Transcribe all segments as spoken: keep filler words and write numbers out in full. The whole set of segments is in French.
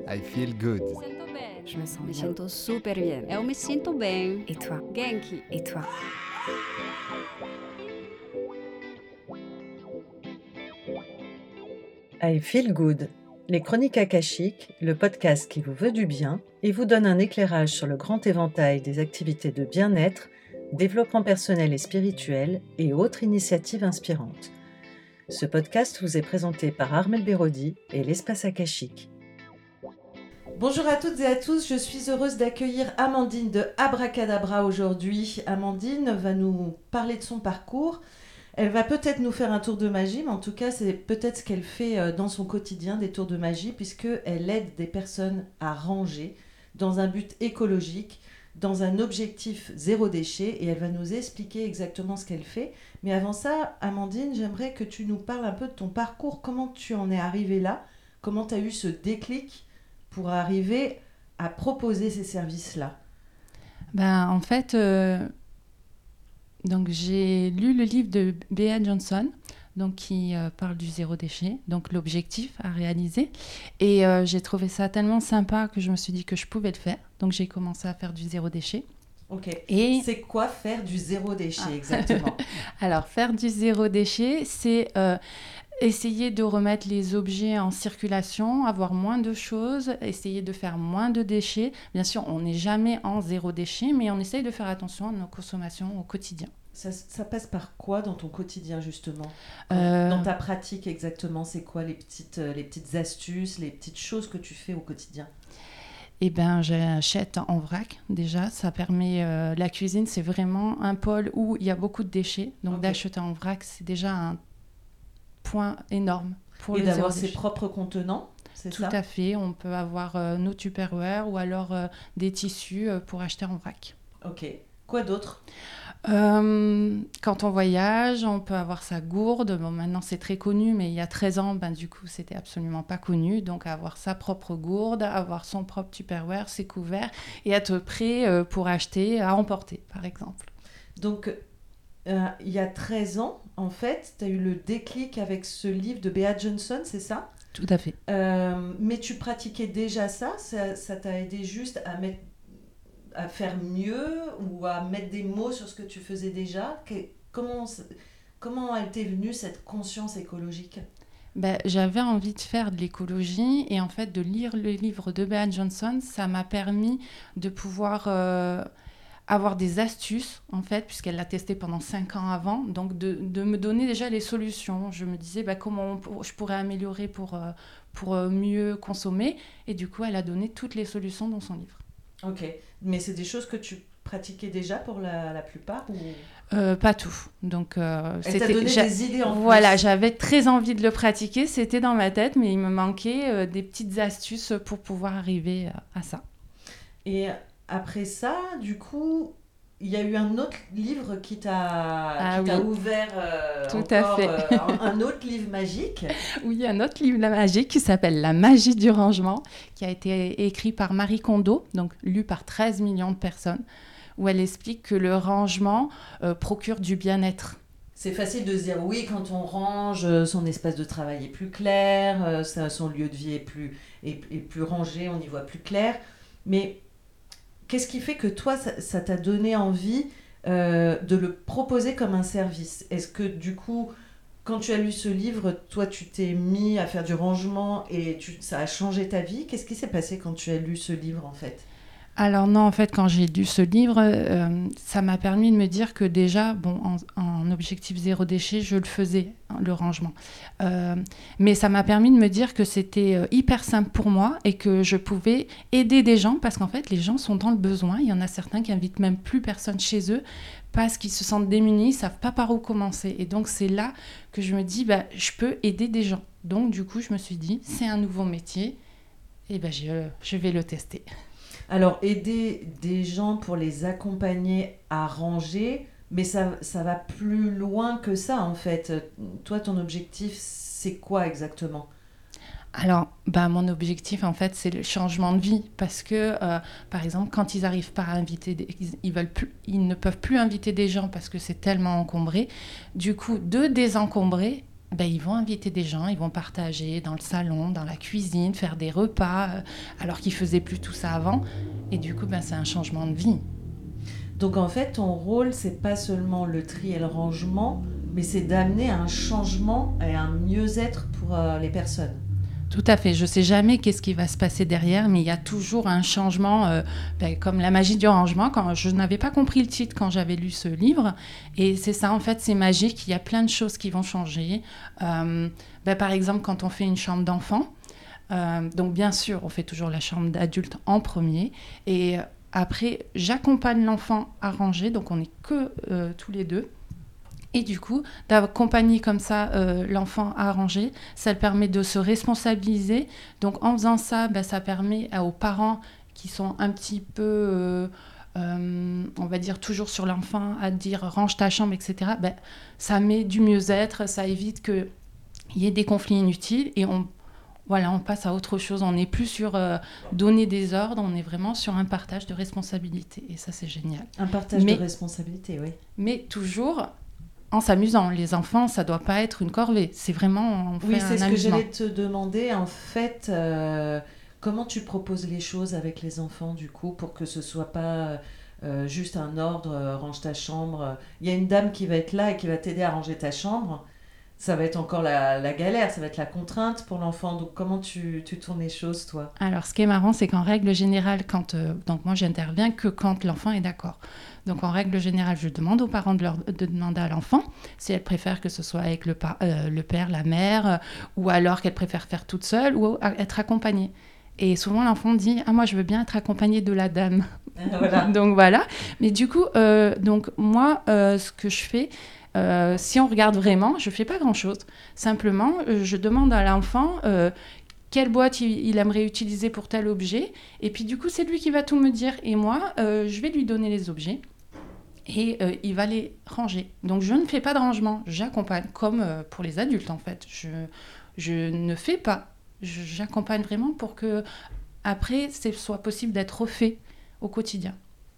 I feel good. Je me sens Me bien. sinto super bien. Eu me sinto bem. Et toi? Genki. Et toi? I Feel Good, les chroniques akashiques, le podcast qui vous veut du bien et vous donne un éclairage sur le grand éventail des activités de bien-être, développement personnel et spirituel et autres initiatives inspirantes. Ce podcast vous est présenté par Armelle Bérodi et l'Espace Akashique. Bonjour à toutes et à tous, je suis heureuse d'accueillir Amandine de Abracadabra aujourd'hui. Amandine va nous parler de son parcours. Elle va peut-être nous faire un tour de magie, mais en tout cas, c'est peut-être ce qu'elle fait dans son quotidien, des tours de magie, puisqu'elle aide des personnes à ranger dans un but écologique, dans un objectif zéro déchet, et elle va nous expliquer exactement ce qu'elle fait. Mais avant ça, Amandine, j'aimerais que tu nous parles un peu de ton parcours, comment tu en es arrivée là, comment tu as eu ce déclic pour arriver à proposer ces services-là. Ben, en fait... Euh... Donc, j'ai lu le livre de Bea Johnson, donc, qui euh, parle du zéro déchet, donc l'objectif à réaliser. Et euh, j'ai trouvé ça tellement sympa que je me suis dit que je pouvais le faire. Donc, j'ai commencé à faire du zéro déchet. Ok. Et... C'est quoi faire du zéro déchet ah. exactement? Alors, faire du zéro déchet, c'est... Euh, essayer de remettre les objets en circulation, avoir moins de choses, essayer de faire moins de déchets. Bien sûr, on n'est jamais en zéro déchet, mais on essaye de faire attention à nos consommations au quotidien. Ça, ça passe par quoi dans ton quotidien, justement? euh... Dans ta pratique, exactement, c'est quoi les petites, les petites astuces, les petites choses que tu fais au quotidien? Eh bien, j'achète en vrac, déjà. Ça permet... Euh, la cuisine, c'est vraiment un pôle où il y a beaucoup de déchets. Donc, okay. D'acheter en vrac, c'est déjà un point énorme pour et le d'avoir zéro ses propres contenants, c'est tout ça? Tout à fait, on peut avoir euh, nos Tupperware ou alors euh, des tissus euh, pour acheter en vrac. Ok, quoi d'autre? euh, Quand on voyage, on peut avoir sa gourde. Bon, maintenant c'est très connu, mais il y a treize ans, ben, du coup c'était absolument pas connu. Donc avoir sa propre gourde, avoir son propre Tupperware, ses couverts et être prêt euh, pour acheter à emporter, par exemple. Donc euh, il y a treize ans, en fait, tu as eu le déclic avec ce livre de Bea Johnson, c'est ça? Tout à fait. Euh, mais tu pratiquais déjà ça, ça, ça t'a aidé juste à, mettre, à faire mieux ou à mettre des mots sur ce que tu faisais déjà? que, comment, comment elle t'est venue cette conscience écologique? Ben, j'avais envie de faire de l'écologie et en fait de lire le livre de Bea Johnson, ça m'a permis de pouvoir... Euh, avoir des astuces, en fait, puisqu'elle l'a testé pendant cinq ans avant, donc de, de me donner déjà les solutions. Je me disais bah, comment on, je pourrais améliorer pour, euh, pour mieux consommer, et du coup, elle a donné toutes les solutions dans son livre. Ok, mais c'est des choses que tu pratiquais déjà pour la, la plupart ou... euh, Pas tout. Donc, euh, elle t'a donné des idées en plus. Voilà, j'avais très envie de le pratiquer, c'était dans ma tête, mais il me manquait euh, des petites astuces pour pouvoir arriver à, à ça. Et... Après ça, du coup, il y a eu un autre livre qui t'a, ah, qui oui. t'a ouvert euh, Tout encore à fait. euh, un, un autre livre magique. Oui, un autre livre magique qui s'appelle La magie du rangement, qui a été écrit par Marie Kondo, donc lu par treize millions de personnes, où elle explique que le rangement euh, procure du bien-être. C'est facile de se dire oui, quand on range, son espace de travail est plus clair, euh, son lieu de vie est plus, est, est plus rangé, on y voit plus clair. Mais... qu'est-ce qui fait que toi, ça, ça t'a donné envie euh, de le proposer comme un service? Est-ce que du coup, quand tu as lu ce livre, toi, tu t'es mis à faire du rangement et tu, ça a changé ta vie? Qu'est-ce qui s'est passé quand tu as lu ce livre, en fait? Alors non, en fait, quand j'ai lu ce livre, euh, ça m'a permis de me dire que déjà, bon, en, en objectif zéro déchet, je le faisais, hein, le rangement. Euh, mais ça m'a permis de me dire que c'était euh, hyper simple pour moi et que je pouvais aider des gens parce qu'en fait, les gens sont dans le besoin. Il y en a certains qui invitent même plus personne chez eux parce qu'ils se sentent démunis, ils savent pas par où commencer. Et donc, c'est là que je me dis, bah, je peux aider des gens. Donc, du coup, je me suis dit, c'est un nouveau métier et ben, je, je vais le tester. Alors, aider des gens pour les accompagner à ranger, mais ça, ça va plus loin que ça, en fait. Toi, ton objectif, c'est quoi exactement? Alors, bah, mon objectif, en fait, c'est le changement de vie. Parce que, euh, par exemple, quand ils n'arrivent pas à inviter, des, ils, ils, veulent plus, ils ne peuvent plus inviter des gens parce que c'est tellement encombré. Du coup, de désencombrer ben, ils vont inviter des gens, ils vont partager dans le salon, dans la cuisine, faire des repas, euh, alors qu'ils ne faisaient plus tout ça avant. Et du coup, ben, c'est un changement de vie. Donc en fait, ton rôle, c'est pas seulement le tri et le rangement, mais c'est d'amener à un changement et un mieux-être pour euh, les personnes. Tout à fait. Je ne sais jamais qu'est-ce qui va se passer derrière, mais il y a toujours un changement, euh, ben, comme la magie du rangement. Quand je n'avais pas compris le titre quand j'avais lu ce livre, et c'est ça, en fait, c'est magique. Il y a plein de choses qui vont changer. Euh, ben, par exemple, quand on fait une chambre d'enfant, euh, donc bien sûr, on fait toujours la chambre d'adulte en premier, et après, j'accompagne l'enfant à ranger, donc on n'est que euh, tous les deux. Et du coup, d'accompagner comme ça euh, l'enfant à ranger, ça le permet de se responsabiliser. Donc en faisant ça, ben, ça permet aux parents qui sont un petit peu, euh, euh, on va dire, toujours sur l'enfant, à dire range ta chambre, et cetera. Ben, ça met du mieux-être, ça évite qu'il y ait des conflits inutiles et on, voilà, on passe à autre chose. On n'est plus sur euh, donner des ordres, on est vraiment sur un partage de responsabilité. Et ça, c'est génial. Un partage mais, de responsabilité, oui. Mais toujours... en s'amusant. Les enfants, ça ne doit pas être une corvée. C'est vraiment, on fait oui, un c'est ce amusement. que j'allais te demander. En fait, euh, comment tu proposes les choses avec les enfants, du coup, pour que ce ne soit pas euh, juste un ordre, euh, range ta chambre. Il y a une dame qui va être là et qui va t'aider à ranger ta chambre. Ça va être encore la, la galère, ça va être la contrainte pour l'enfant. Donc, comment tu, tu tournes les choses, toi ? Alors, ce qui est marrant, c'est qu'en règle générale, quand, euh, donc moi, j'interviens que quand l'enfant est d'accord. Donc, en règle générale, je demande aux parents de, leur, de demander à l'enfant si elle préfère que ce soit avec le, par, euh, le père, la mère, euh, ou alors qu'elle préfère faire toute seule ou être accompagnée. Et souvent, l'enfant dit « Ah, moi, je veux bien être accompagnée de la dame. » Voilà. Donc, voilà. Mais du coup, euh, donc, moi, euh, ce que je fais... Euh, si on regarde vraiment, je ne fais pas grand-chose. Simplement, euh, je demande à l'enfant euh, quelle boîte il, il aimerait utiliser pour tel objet. Et puis, du coup, c'est lui qui va tout me dire. Et moi, euh, je vais lui donner les objets et euh, il va les ranger. Donc, je ne fais pas de rangement. J'accompagne, comme euh, pour les adultes, en fait. Je, je ne fais pas. Je, j'accompagne vraiment pour que, après, ce soit possible d'être refait au quotidien.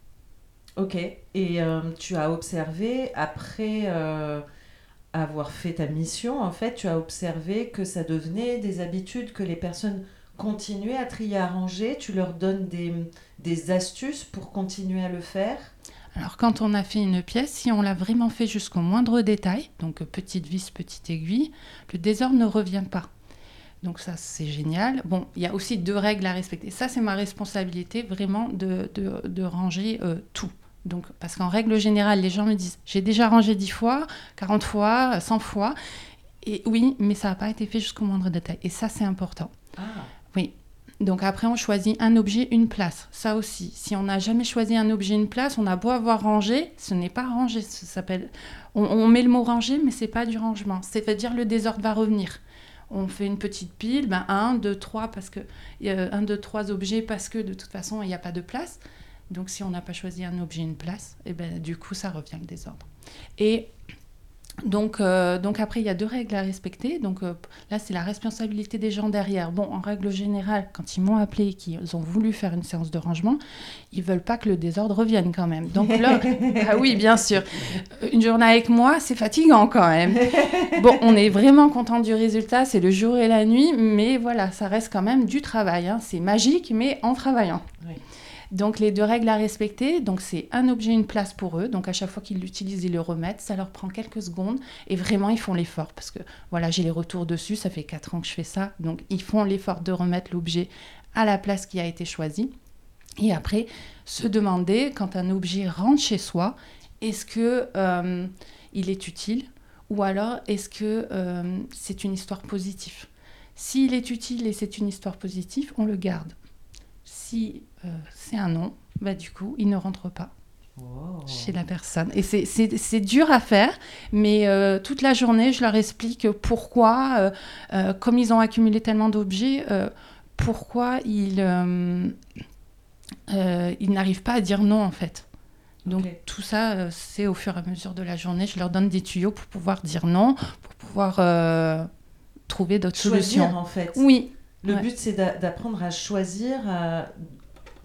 Ok, et euh, tu as observé, après euh, avoir fait ta mission, en fait, tu as observé que ça devenait des habitudes, que les personnes continuaient à trier, à ranger, tu leur donnes des, des astuces pour continuer à le faire ? Alors, quand on a fait une pièce, si on l'a vraiment fait jusqu'au moindre détail, donc petite vis, petite aiguille, le désordre ne revient pas. Donc ça, c'est génial. Bon, il y a aussi deux règles à respecter. Ça, c'est ma responsabilité, vraiment, de, de, de ranger euh, tout. Donc, parce qu'en règle générale, les gens me disent « J'ai déjà rangé dix fois, quarante fois, cent fois. » Et oui, mais ça n'a pas été fait jusqu'au moindre détail. Et ça, c'est important. Ah. Oui. Donc après, on choisit un objet, une place. Ça aussi. Si on n'a jamais choisi un objet, une place, on a beau avoir rangé, ce n'est pas rangé. Ça s'appelle... on, on met le mot ranger, mais ce n'est pas du rangement. C'est-à-dire le désordre va revenir. On fait une petite pile, ben un, deux, trois, parce que euh, un, deux, trois objets, parce que de toute façon, il n'y a pas de place. Donc, si on n'a pas choisi un objet, une place, et ben, du coup, ça revient le désordre. Et donc, euh, donc après, il y a deux règles à respecter. Donc euh, là, c'est la responsabilité des gens derrière. Bon, en règle générale, quand ils m'ont appelé et qu'ils ont voulu faire une séance de rangement, ils ne veulent pas que le désordre revienne quand même. Donc là, ah oui, bien sûr. Une journée avec moi, c'est fatigant quand même. Bon, on est vraiment content du résultat, c'est le jour et la nuit, mais voilà, ça reste quand même du travail. Hein. C'est magique, mais en travaillant. Oui. Donc, les deux règles à respecter, donc c'est un objet, une place pour eux. Donc, à chaque fois qu'ils l'utilisent, ils le remettent. Ça leur prend quelques secondes et vraiment, ils font l'effort parce que, voilà, j'ai les retours dessus. Ça fait quatre ans que je fais ça. Donc, ils font l'effort de remettre l'objet à la place qui a été choisie. Et après, se demander, quand un objet rentre chez soi, est-ce que euh, il est utile ou alors est-ce que euh, c'est une histoire positive ? S'il est utile et c'est une histoire positive, on le garde. Si euh, c'est un non, bah, du coup, il ne rentre pas oh. chez la personne. Et c'est, c'est, c'est dur à faire, mais euh, toute la journée, je leur explique pourquoi, euh, euh, comme ils ont accumulé tellement d'objets, euh, pourquoi ils, euh, euh, ils n'arrivent pas à dire non, en fait. Donc, okay. tout ça, euh, c'est au fur et à mesure de la journée. Je leur donne des tuyaux pour pouvoir dire non, pour pouvoir euh, trouver d'autres Choisir, solutions. en fait. Oui. Le ouais. but, c'est d'a- d'apprendre à choisir, à...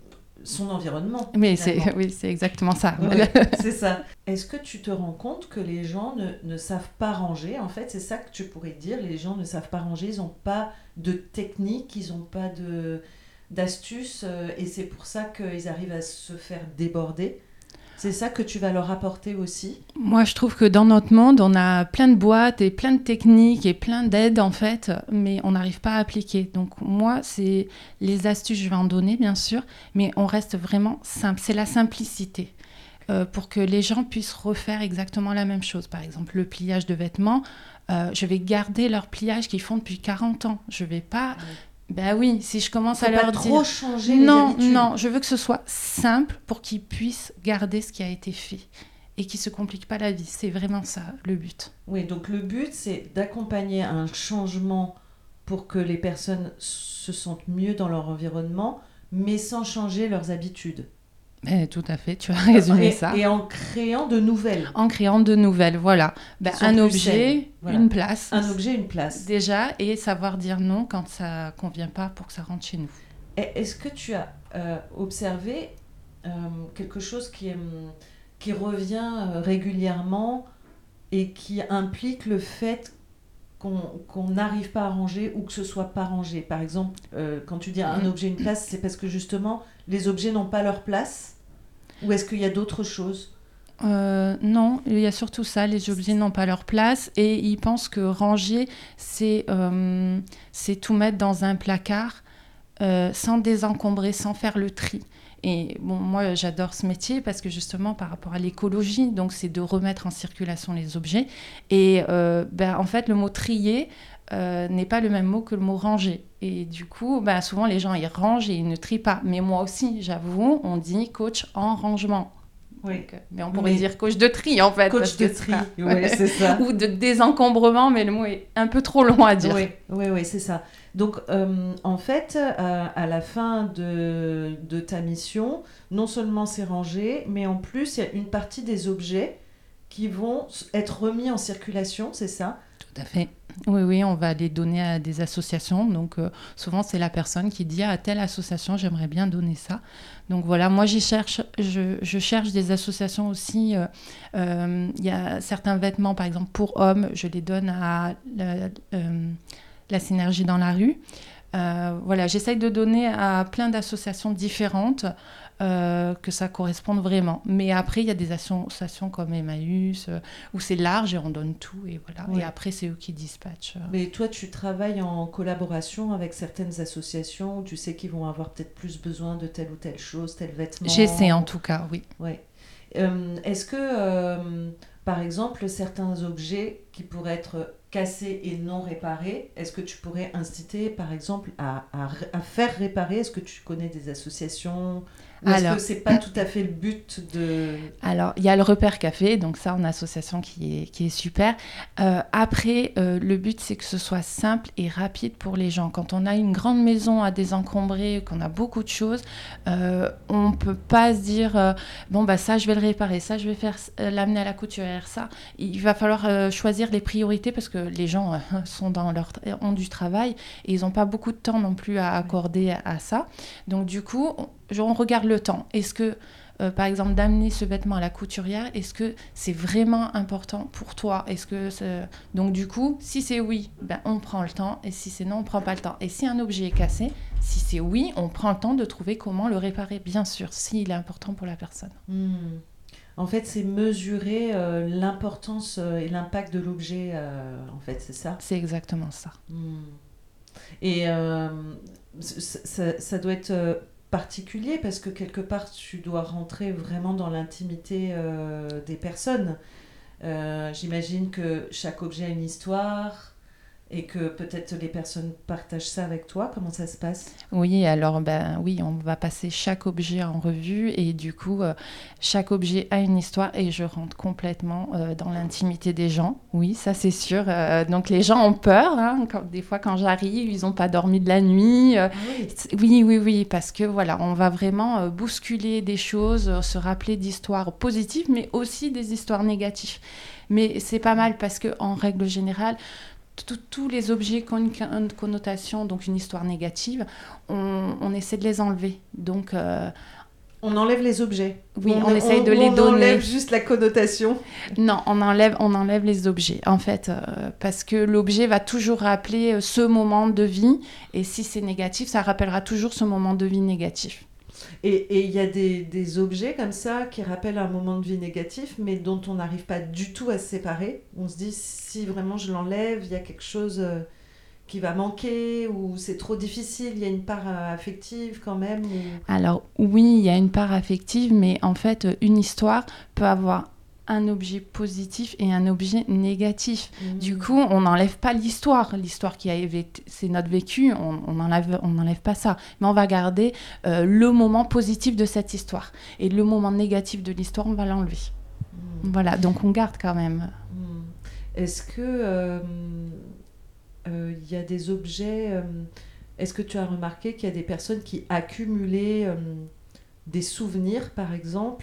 son environnement. Mais c'est, oui, c'est exactement ça. Oui, c'est ça. Est-ce que tu te rends compte que les gens ne, ne savent pas ranger? En fait, c'est ça que tu pourrais dire. Les gens ne savent pas ranger, ils n'ont pas de technique, ils n'ont pas de, d'astuces, euh, et c'est pour ça qu'ils arrivent à se faire déborder. C'est ça que tu vas leur apporter aussi? Moi, je trouve que dans notre monde, on a plein de boîtes et plein de techniques et plein d'aides, en fait, mais on n'arrive pas à appliquer. Donc, moi, c'est les astuces, je vais en donner, bien sûr, mais on reste vraiment simple. C'est la simplicité euh, pour que les gens puissent refaire exactement la même chose. Par exemple, le pliage de vêtements, euh, je vais garder leur pliage qu'ils font depuis quarante ans. Je ne vais pas... Oui. Ben oui, si je commence Faut à leur pas dire... trop changer non, les habitudes. Non, je veux que ce soit simple pour qu'ils puissent garder ce qui a été fait et qu'ils ne se compliquent pas la vie. C'est vraiment ça, le but. Oui, donc le but, c'est d'accompagner un changement pour que les personnes se sentent mieux dans leur environnement, mais sans changer leurs habitudes. Eh, tout à fait, tu as résumé et, ça. Et en créant de nouvelles. En créant de nouvelles, voilà. Ben, un objet, voilà. une place. Un objet, une place. Déjà, et savoir dire non quand ça ne convient pas pour que ça rentre chez nous. Et est-ce que tu as euh, observé euh, quelque chose qui, est, qui revient euh, régulièrement et qui implique le fait qu'on, qu'on n'arrive pas à ranger ou que ce soit pas rangé? Par exemple, euh, quand tu dis un objet, une place, c'est parce que justement, les objets n'ont pas leur place? Ou est-ce qu'il y a d'autres choses? euh, Non, il y a surtout ça. Les objets n'ont pas leur place et ils pensent que ranger, c'est, euh, c'est tout mettre dans un placard euh, sans désencombrer, sans faire le tri. Et bon, moi, j'adore ce métier parce que justement, par rapport à l'écologie, donc c'est de remettre en circulation les objets. Et euh, ben, en fait, le mot trier euh, n'est pas le même mot que le mot ranger. Et du coup, ben, souvent, les gens, ils rangent et ils ne trient pas. Mais moi aussi, j'avoue, on dit coach en rangement. Oui. Donc, mais on pourrait mais dire coach de tri, en fait. Coach de tri, oui, c'est ça. Ou de désencombrement, mais le mot est un peu trop long à dire. Oui, oui, oui, c'est ça. Donc, euh, en fait, euh, à la fin de, de ta mission, non seulement c'est rangé, mais en plus, il y a une partie des objets qui vont être remis en circulation, c'est ça? Tout à fait. Oui, oui, on va les donner à des associations. Donc, euh, souvent, c'est la personne qui dit à telle association, j'aimerais bien donner ça. Donc, voilà, moi, j'y cherche, je, je cherche des associations aussi. Il euh, euh, y a certains vêtements, par exemple, pour hommes, je les donne à la, euh, la Synergie dans la rue. Euh, voilà, j'essaye de donner à plein d'associations différentes. Euh, que ça corresponde vraiment. Mais après, il y a des associations comme Emmaüs, euh, où c'est large et on donne tout. Et, voilà. Oui. Et après, c'est eux qui dispatchent. Euh. Mais toi, tu travailles en collaboration avec certaines associations où tu sais qu'ils vont avoir peut-être plus besoin de telle ou telle chose, tel vêtement. J'essaie en tout cas, oui. Ouais. Euh, est-ce que, euh, par exemple, certains objets qui pourraient être cassés et non réparés, est-ce que tu pourrais inciter, par exemple, à, à, à faire réparer? Est-ce que tu connais des associations? Ou est-ce Alors, que ce n'est pas tout à fait le but de... Alors, il y a le Repère Café, donc ça, en association, qui est, qui est super. Euh, après, euh, le but, c'est que ce soit simple et rapide pour les gens. Quand on a une grande maison à désencombrer, qu'on a beaucoup de choses, euh, on ne peut pas se dire euh, « bon, bah, ça, je vais le réparer, ça, je vais faire euh, l'amener à la couturière, ça ». Il va falloir euh, choisir les priorités parce que les gens euh, sont dans leur, ont du travail et ils n'ont pas beaucoup de temps non plus à accorder à, à ça. Donc, du coup... On, on regarde le temps. Est-ce que, euh, par exemple, d'amener ce vêtement à la couturière, est-ce que c'est vraiment important pour toi? Est-ce que c'est... Donc, du coup, si c'est oui, ben, on prend le temps. Et si c'est non, on ne prend pas le temps. Et si un objet est cassé, si c'est oui, on prend le temps de trouver comment le réparer, bien sûr, s'il est important pour la personne. Mmh. En fait, c'est mesurer euh, l'importance euh, et l'impact de l'objet, euh, en fait, c'est ça? C'est exactement ça. Mmh. Et euh, ça, ça doit être... Euh, particulier parce que quelque part tu dois rentrer vraiment dans l'intimité euh, des personnes. Euh, j'imagine que chaque objet a une histoire et que peut-être les personnes partagent ça avec toi. Comment ça se passe? Oui, alors ben oui, on va passer chaque objet en revue et du coup, euh, chaque objet a une histoire et je rentre complètement euh, dans l'intimité des gens. Oui, ça c'est sûr. Euh, donc les gens ont peur. Hein, quand, des fois, quand j'arrive, ils n'ont pas dormi de la nuit. Euh, oui. oui, oui, oui, parce que voilà, on va vraiment euh, bousculer des choses, euh, se rappeler d'histoires positives, mais aussi des histoires négatives. Mais c'est pas mal parce que en règle générale, tous les objets qui ont une, une connotation, donc une histoire négative, on, on essaie de les enlever. Donc, euh, On enlève les objets. Oui, on, on essaye on, de les on donner. On enlève juste la connotation. Non, on enlève, on enlève les objets, en fait, euh, parce que l'objet va toujours rappeler ce moment de vie, et si c'est négatif, ça rappellera toujours ce moment de vie négatif. Et il y a des, des objets comme ça qui rappellent un moment de vie négatif, mais dont on n'arrive pas du tout à se séparer. On se dit, si vraiment je l'enlève, il y a quelque chose... Euh... qui va manquer, ou c'est trop difficile, il y a une part affective quand même ou... Alors oui, il y a une part affective, mais en fait, une histoire peut avoir un objet positif et un objet négatif. Mmh. Du coup, on n'enlève pas l'histoire. L'histoire qui a été, c'est notre vécu, on n'enlève on n'enlève pas ça. Mais on va garder euh, le moment positif de cette histoire. Et le moment négatif de l'histoire, on va l'enlever. Mmh. Voilà, donc on garde quand même. Mmh. Est-ce que... Euh... Il euh, y a des objets... Euh, est-ce que tu as remarqué qu'il y a des personnes qui accumulaient euh, des souvenirs, par exemple,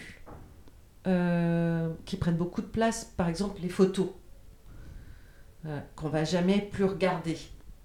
euh, qui prennent beaucoup de place, par exemple les photos, euh, qu'on ne va jamais plus regarder.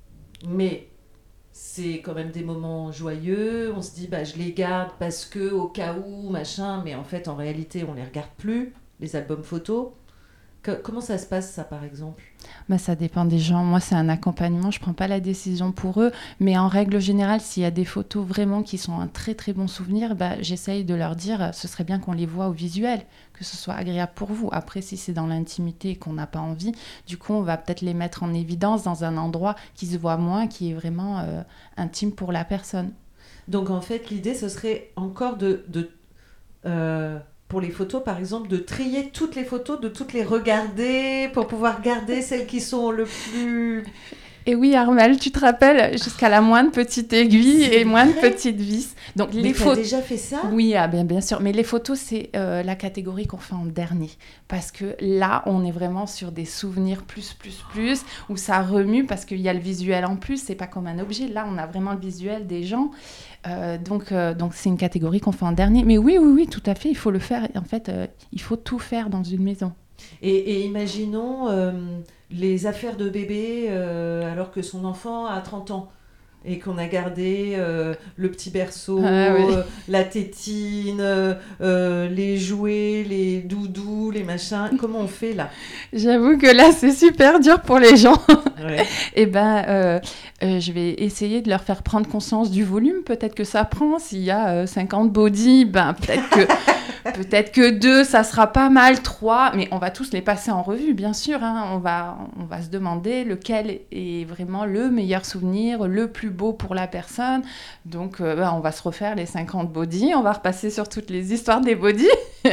Mais c'est quand même des moments joyeux, on se dit bah, je les garde parce que au cas où, machin, mais en fait, en réalité, on ne les regarde plus, les albums photos. Comment ça se passe, ça, par exemple ? Bah, ça dépend des gens. Moi, c'est un accompagnement. Je ne prends pas la décision pour eux. Mais en règle générale, s'il y a des photos vraiment qui sont un très, très bon souvenir, bah, j'essaye de leur dire ce serait bien qu'on les voit au visuel, que ce soit agréable pour vous. Après, si c'est dans l'intimité et qu'on n'a pas envie, du coup, on va peut-être les mettre en évidence dans un endroit qui se voit moins, qui est vraiment euh, intime pour la personne. Donc, en fait, l'idée, ce serait encore de... de euh... pour les photos, par exemple, de trier toutes les photos, de toutes les regarder pour pouvoir garder celles qui sont le plus... Et oui, Armelle, tu te rappelles, jusqu'à la moindre petite aiguille et moindre petite vis. Donc, mais les tu photos... as déjà fait ça ? Oui, ah bien, bien sûr. Mais les photos, c'est euh, la catégorie qu'on fait en dernier. Parce que là, on est vraiment sur des souvenirs plus, plus, plus, où ça remue parce qu'il y a le visuel en plus. C'est pas comme un objet. Là, on a vraiment le visuel des gens. Euh, donc, euh, donc, c'est une catégorie qu'on fait en dernier. Mais oui, oui, oui, tout à fait. Il faut le faire. En fait, euh, il faut tout faire dans une maison. Et, et imaginons euh, les affaires de bébé euh, alors que son enfant a trente ans et qu'on a gardé euh, le petit berceau, ah, oui. euh, la tétine, euh, les jouets, les doudous, les machins. Comment on fait là ? J'avoue que là, c'est super dur pour les gens. Ouais. Et ben, euh, euh, je vais essayer de leur faire prendre conscience du volume. Peut-être que ça prend. S'il y a euh, cinquante body, ben, peut-être que... Peut-être que deux, ça sera pas mal, trois, mais on va tous les passer en revue, bien sûr. Hein. On va, on va se demander lequel est vraiment le meilleur souvenir, le plus beau pour la personne. Donc, euh, ben, on va se refaire les cinquante body, on va repasser sur toutes les histoires des body.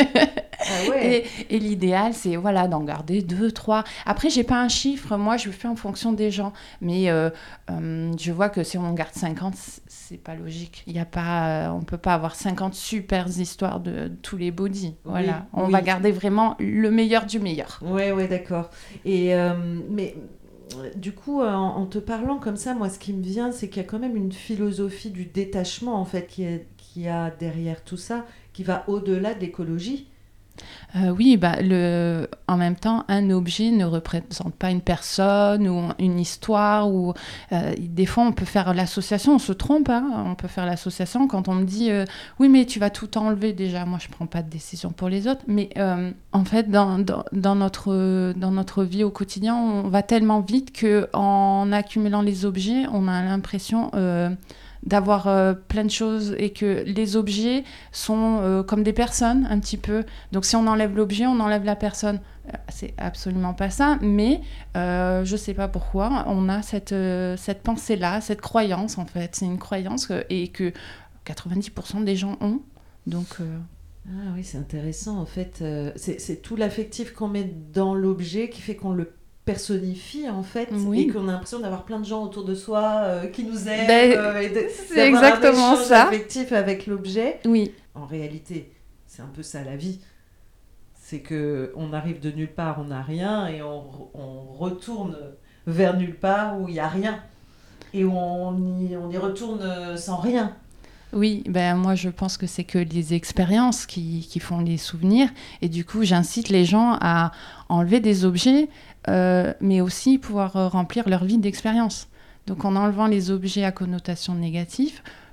Ah ouais. et, et l'idéal, c'est voilà, d'en garder deux, trois. Après, j'ai pas un chiffre, moi, je fais en fonction des gens. Mais euh, euh, je vois que si on en garde cinquante, c'est pas logique. Il y a pas, euh, on peut pas avoir cinquante super histoires de, de tous les body. Voilà, oui, on oui. va garder vraiment le meilleur du meilleur. Ouais, ouais, d'accord. Et euh, mais du coup, en, en te parlant comme ça, moi, ce qui me vient, c'est qu'il y a quand même une philosophie du détachement, en fait, qui est, qui a derrière tout ça, qui va au-delà de l'écologie. Euh, oui, bah, le... en même temps, un objet ne représente pas une personne ou une histoire. Ou, euh, des fois, on peut faire l'association, on se trompe, hein, on peut faire l'association quand on me dit euh, « Oui, mais tu vas tout enlever déjà. » Moi, je ne prends pas de décision pour les autres. Mais euh, en fait, dans, dans, dans, notre, dans notre vie au quotidien, on va tellement vite qu'en accumulant les objets, on a l'impression... Euh, d'avoir euh, plein de choses et que les objets sont euh, comme des personnes un petit peu. Donc si on enlève l'objet, on enlève la personne. Euh, c'est absolument pas ça, mais euh, je sais pas pourquoi, on a cette, euh, cette pensée-là, cette croyance en fait. C'est une croyance que, et que quatre-vingt-dix pour cent des gens ont. Donc... Euh... Ah oui, c'est intéressant en fait. Euh, c'est, c'est tout l'affectif qu'on met dans l'objet qui fait qu'on le personnifie en fait, oui. Et qu'on a l'impression d'avoir plein de gens autour de soi euh, qui nous aiment, ben, euh, et de, c'est exactement un échange ça. Affectif avec l'objet. Oui. En réalité, c'est un peu ça la vie. C'est que on arrive de nulle part, on n'a rien, et on, on retourne vers nulle part où il y a rien, et où on y, on y retourne sans rien. Oui, ben moi je pense que c'est que les expériences qui, qui font les souvenirs, et du coup j'incite les gens à enlever des objets, euh, mais aussi pouvoir remplir leur vie d'expérience. Donc en enlevant les objets à connotation négative,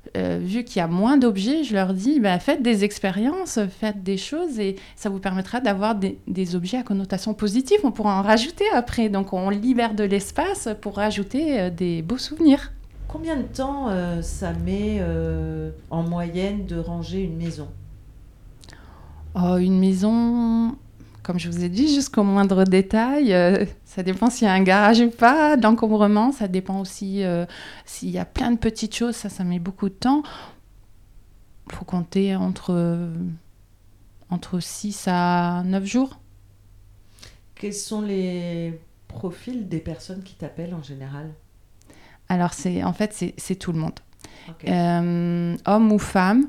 euh, vu qu'il y a moins d'objets, je leur dis, bah, faites des expériences, faites des choses et ça vous permettra d'avoir des, des objets à connotation positive. On pourra en rajouter après. Donc, on libère de l'espace pour rajouter euh, des beaux souvenirs. Combien de temps euh, ça met euh, en moyenne de ranger une maison ? Oh, une maison, comme je vous ai dit, jusqu'au moindre détail. Euh, ça dépend s'il y a un garage ou pas, d'encombrement. Ça dépend aussi euh, s'il y a plein de petites choses. Ça, ça met beaucoup de temps. Il faut compter entre, euh, entre six à neuf jours. Quels sont les profils des personnes qui t'appellent en général ? Alors, c'est, en fait, c'est, c'est tout le monde. Okay. Euh, homme ou femme.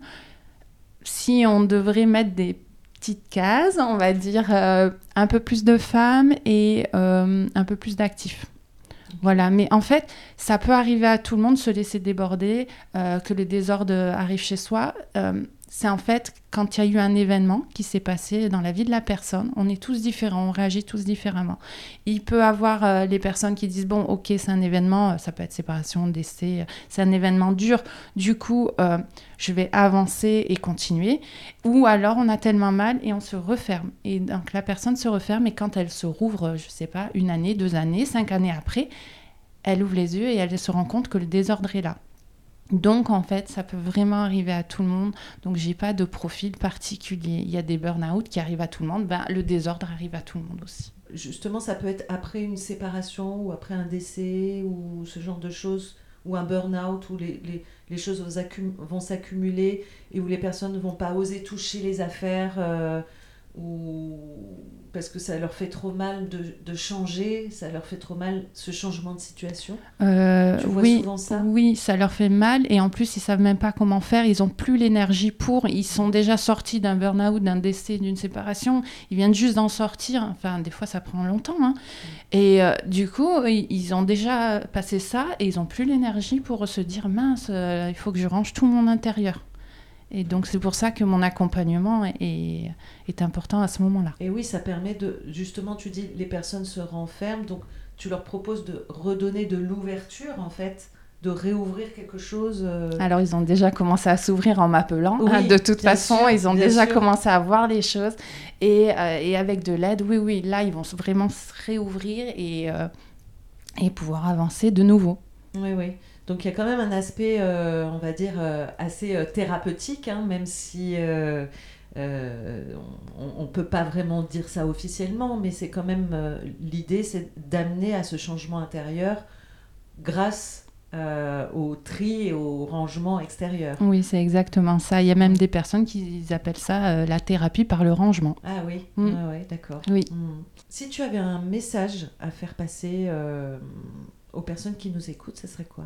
Si on devrait mettre des petites cases, on va dire euh, un peu plus de femmes et euh, un peu plus d'actifs. Okay. Voilà, mais en fait, ça peut arriver à tout le monde, se laisser déborder, euh, que le désordre arrive chez soi. Euh, c'est en fait quand il y a eu un événement qui s'est passé dans la vie de la personne, on est tous différents, on réagit tous différemment. Il peut avoir euh, les personnes qui disent, bon, ok, c'est un événement, ça peut être séparation, décès, c'est un événement dur, du coup, euh, je vais avancer et continuer. Ou alors, on a tellement mal et on se referme. Et donc, la personne se referme et quand elle se rouvre, je sais pas, une année, deux années, cinq années après, elle ouvre les yeux et elle se rend compte que le désordre est là. Donc, en fait, ça peut vraiment arriver à tout le monde. Donc, j'ai pas de profil particulier. Il y a des burn-out qui arrivent à tout le monde. Ben, le désordre arrive à tout le monde aussi. Justement, ça peut être après une séparation ou après un décès ou ce genre de choses, ou un burn-out où les, les, les choses vont, accum- vont s'accumuler et où les personnes ne vont pas oser toucher les affaires euh, ou parce que ça leur fait trop mal de, de changer, ça leur fait trop mal ce changement de situation. Euh, tu vois oui, souvent ça ? Oui, ça leur fait mal et en plus ils savent même pas comment faire, ils ont plus l'énergie pour, ils sont déjà sortis d'un burn-out, d'un décès, d'une séparation, ils viennent juste d'en sortir, enfin des fois ça prend longtemps, hein. Mmh. Et euh, du coup ils ont déjà passé ça et ils ont plus l'énergie pour se dire mince, euh, il faut que je range tout mon intérieur. Et donc, c'est pour ça que mon accompagnement est, est important à ce moment-là. Et oui, ça permet de... Justement, tu dis, les personnes se renferment, donc tu leur proposes de redonner de l'ouverture, en fait, de réouvrir quelque chose. Euh... Alors, ils ont déjà commencé à s'ouvrir en m'appelant. Oui, hein, de toute façon, sûr, ils ont déjà sûr. commencé à voir les choses. Et, euh, et avec de l'aide, oui, oui, là, ils vont vraiment se réouvrir et, euh, et pouvoir avancer de nouveau. Oui, oui. Donc, il y a quand même un aspect, euh, on va dire, euh, assez euh, thérapeutique, hein, même si euh, euh, on ne peut pas vraiment dire ça officiellement, mais c'est quand même, euh, l'idée, c'est d'amener à ce changement intérieur grâce euh, au tri et au rangement extérieur. Oui, c'est exactement ça. Il y a même des personnes qui appellent ça euh, la thérapie par le rangement. Ah oui, mm. ouais, ouais, d'accord. Oui. Mm. Si tu avais un message à faire passer euh, aux personnes qui nous écoutent, ce serait quoi ?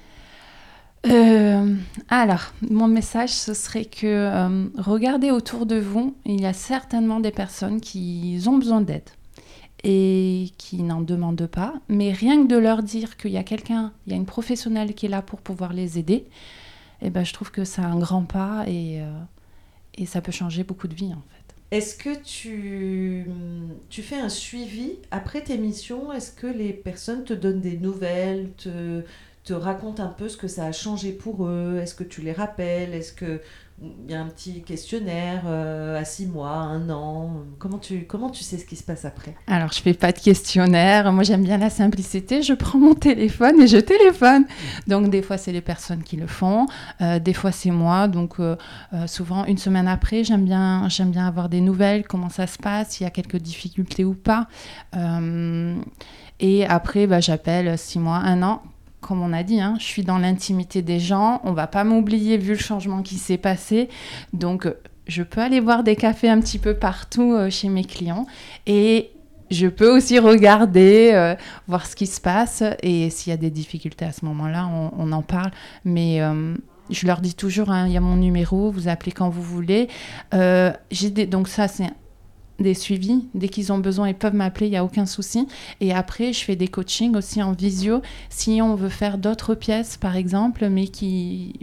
Euh, alors, mon message, ce serait que euh, regardez autour de vous, il y a certainement des personnes qui ont besoin d'aide et qui n'en demandent pas, mais rien que de leur dire qu'il y a quelqu'un, il y a une professionnelle qui est là pour pouvoir les aider, eh ben, je trouve que c'est un grand pas et, euh, et ça peut changer beaucoup de vies en fait. Est-ce que tu, tu fais un suivi après tes missions ? Est-ce que les personnes te donnent des nouvelles, te... te raconte un peu ce que ça a changé pour eux ? Est-ce que tu les rappelles ? Est-ce qu'il y a un petit questionnaire euh, à six mois, un an ? Comment tu, comment tu sais ce qui se passe après ? Alors, je ne fais pas de questionnaire. Moi, j'aime bien la simplicité. Je prends mon téléphone et je téléphone. Donc, des fois, c'est les personnes qui le font. Euh, des fois, c'est moi. Donc, euh, euh, souvent, une semaine après, j'aime bien, j'aime bien avoir des nouvelles, comment ça se passe, s'il y a quelques difficultés ou pas. Euh, et après, bah, j'appelle six mois, un an. Comme on a dit, hein, je suis dans l'intimité des gens, on ne va pas m'oublier vu le changement qui s'est passé. Donc, je peux aller boire des cafés un petit peu partout euh, chez mes clients et je peux aussi regarder, euh, voir ce qui se passe. Et s'il y a des difficultés à ce moment-là, on, on en parle. Mais euh, je leur dis toujours, hein, il y a mon numéro, vous appelez quand vous voulez. Euh, j'ai des... Donc ça, c'est des suivis, dès qu'ils ont besoin, ils peuvent m'appeler, il n'y a aucun souci. Et après, je fais des coachings aussi en visio, si on veut faire d'autres pièces, par exemple, mais qui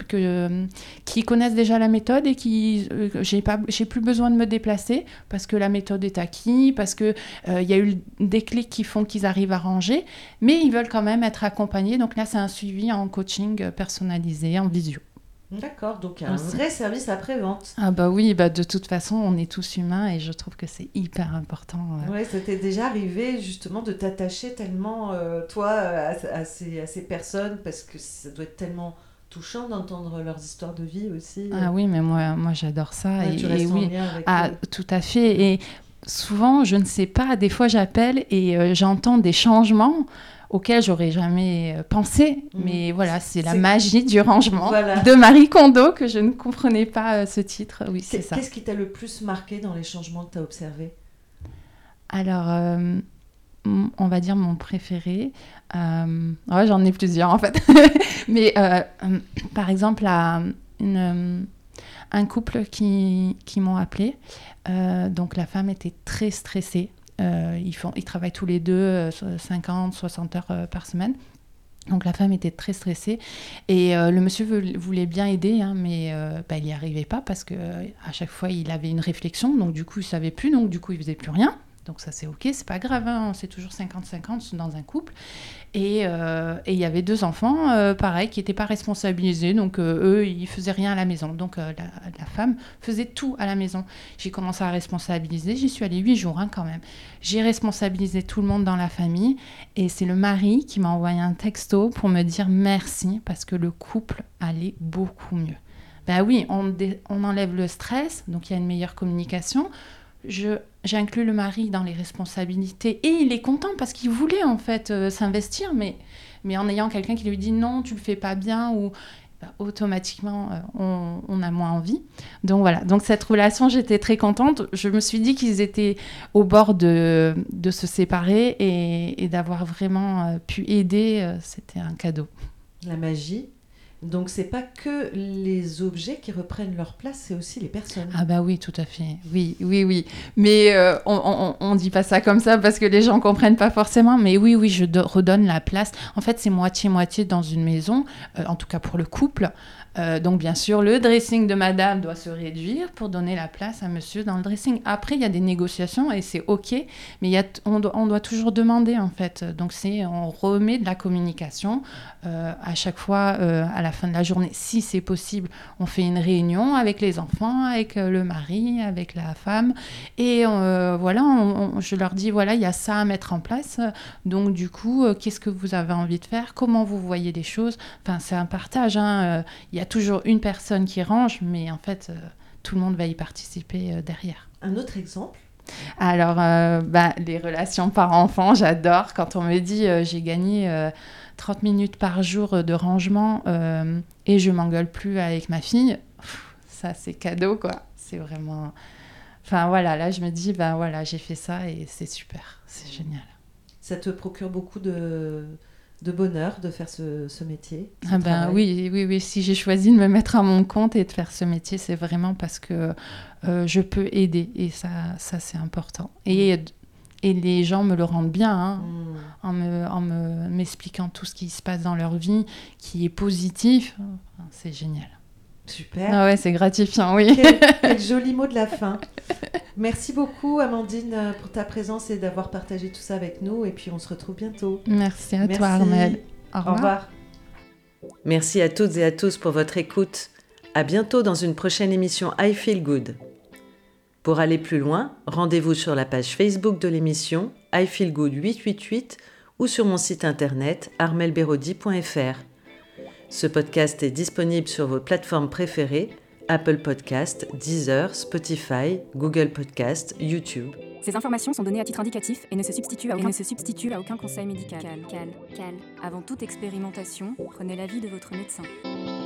que, euh, qui connaissent déjà la méthode et qui euh, j'ai pas, j'ai plus besoin de me déplacer parce que la méthode est acquise, parce que il euh, y a eu des clics qui font qu'ils arrivent à ranger, mais ils veulent quand même être accompagnés. Donc là, c'est un suivi en coaching personnalisé, en visio. D'accord, donc un Aussi. vrai service après-vente. Ah bah oui, bah de toute façon, on est tous humains et je trouve que c'est hyper important. Euh... Oui, ça t'est déjà arrivé justement de t'attacher tellement, euh, toi, à, à, ces, à ces personnes, parce que ça doit être tellement touchant d'entendre leurs histoires de vie aussi. Ah oui, mais moi, moi j'adore ça. Ouais, et, tu restes et en oui, lien avec ah, eux. Tout à fait. Et souvent, je ne sais pas, des fois j'appelle et euh, j'entends des changements auquel j'aurais jamais pensé, mmh. mais voilà, c'est, c'est la magie du rangement voilà. de Marie Kondo que je ne comprenais pas euh, ce titre. Oui, c'est Qu'est-ce ça. Qu'est-ce qui t'a le plus marqué dans les changements que tu as observés ? Alors, euh, on va dire mon préféré. Euh, ouais, j'en ai plusieurs en fait. mais euh, euh, par exemple, à une, euh, un couple qui, qui m'ont appelé. Euh, donc la femme était très stressée. Euh, ils, font, ils travaillent tous les deux euh, cinquante, soixante heures euh, par semaine. Donc la femme était très stressée et euh, le monsieur veut, voulait bien aider, hein, mais euh, bah, il n'y arrivait pas parce qu'à euh, chaque fois il avait une réflexion, donc du coup il ne savait plus, donc du coup il ne faisait plus rien. Donc ça c'est ok, c'est pas grave, hein, c'est toujours cinquante cinquante dans un couple. Et il euh, y avait deux enfants, euh, pareil, qui n'étaient pas responsabilisés, donc euh, eux, ils faisaient rien à la maison. Donc euh, la, la femme faisait tout à la maison. J'ai commencé à responsabiliser, j'y suis allée huit jours hein, quand même. J'ai responsabilisé tout le monde dans la famille, et c'est le mari qui m'a envoyé un texto pour me dire merci, parce que le couple allait beaucoup mieux. Ben oui, on, dé- on enlève le stress, donc il y a une meilleure communication. Je, j'inclus le mari dans les responsabilités et il est content parce qu'il voulait en fait euh, s'investir, mais, mais en ayant quelqu'un qui lui dit non, tu le fais pas bien, ou bah, automatiquement euh, on, on a moins envie. Donc voilà, donc cette relation, j'étais très contente. Je me suis dit qu'ils étaient au bord de, de se séparer et, et d'avoir vraiment euh, pu aider, euh, c'était un cadeau. La magie. Donc, c'est pas que les objets qui reprennent leur place, c'est aussi les personnes. Ah bah oui, tout à fait. Oui, oui, oui. Mais euh, on, on, on dit pas ça comme ça parce que les gens comprennent pas forcément. Mais oui, oui, je do- redonne la place. En fait, c'est moitié-moitié dans une maison, euh, en tout cas pour le couple. Euh, donc, bien sûr, le dressing de madame doit se réduire pour donner la place à monsieur dans le dressing. Après, il y a des négociations et c'est OK, mais il y a t- on, doit, on doit toujours demander, en fait. Donc, c'est, on remet de la communication euh, à chaque fois, euh, à la fin de la journée. Si c'est possible, on fait une réunion avec les enfants, avec euh, le mari, avec la femme. Et euh, voilà, on, on, je leur dis, voilà, il y a ça à mettre en place. Donc, du coup, euh, qu'est-ce que vous avez envie de faire ? Comment vous voyez les choses ? Enfin, c'est un partage, hein. Il y a toujours une personne qui range, mais en fait, euh, tout le monde va y participer euh, derrière. Un autre exemple ? Alors, euh, bah, les relations parents-enfants, j'adore. Quand on me dit euh, j'ai gagné euh, trente minutes par jour de rangement euh, et je m'engueule plus avec ma fille, pff, ça c'est cadeau, quoi. C'est vraiment... Enfin voilà, là je me dis, ben voilà, j'ai fait ça et c'est super, c'est génial. Ça te procure beaucoup de... de bonheur de faire ce, ce métier, ce ah ben oui, oui, oui. Si j'ai choisi de me mettre à mon compte et de faire ce métier, c'est vraiment parce que euh, je peux aider et ça, ça c'est important. Et, mmh. et les gens me le rendent bien hein, mmh. en, me, en me, m'expliquant tout ce qui se passe dans leur vie, qui est positif. C'est génial. Super. Ah ouais, c'est gratifiant, oui. Quel, quel joli mot de la fin. Merci beaucoup, Amandine, pour ta présence et d'avoir partagé tout ça avec nous. Et puis, on se retrouve bientôt. Merci à Merci. toi, Armelle. Au revoir. Au revoir. Merci à toutes et à tous pour votre écoute. À bientôt dans une prochaine émission I Feel Good. Pour aller plus loin, rendez-vous sur la page Facebook de l'émission I Feel Good huit cent quatre-vingt-huit ou sur mon site internet armelle beraudy point f r. Ce podcast est disponible sur vos plateformes préférées, Apple Podcasts, Deezer, Spotify, Google Podcasts, YouTube. Ces informations sont données à titre indicatif et ne se substituent à aucun, ne se substituent à aucun conseil médical. Cal, cal, cal. Avant toute expérimentation, prenez l'avis de votre médecin.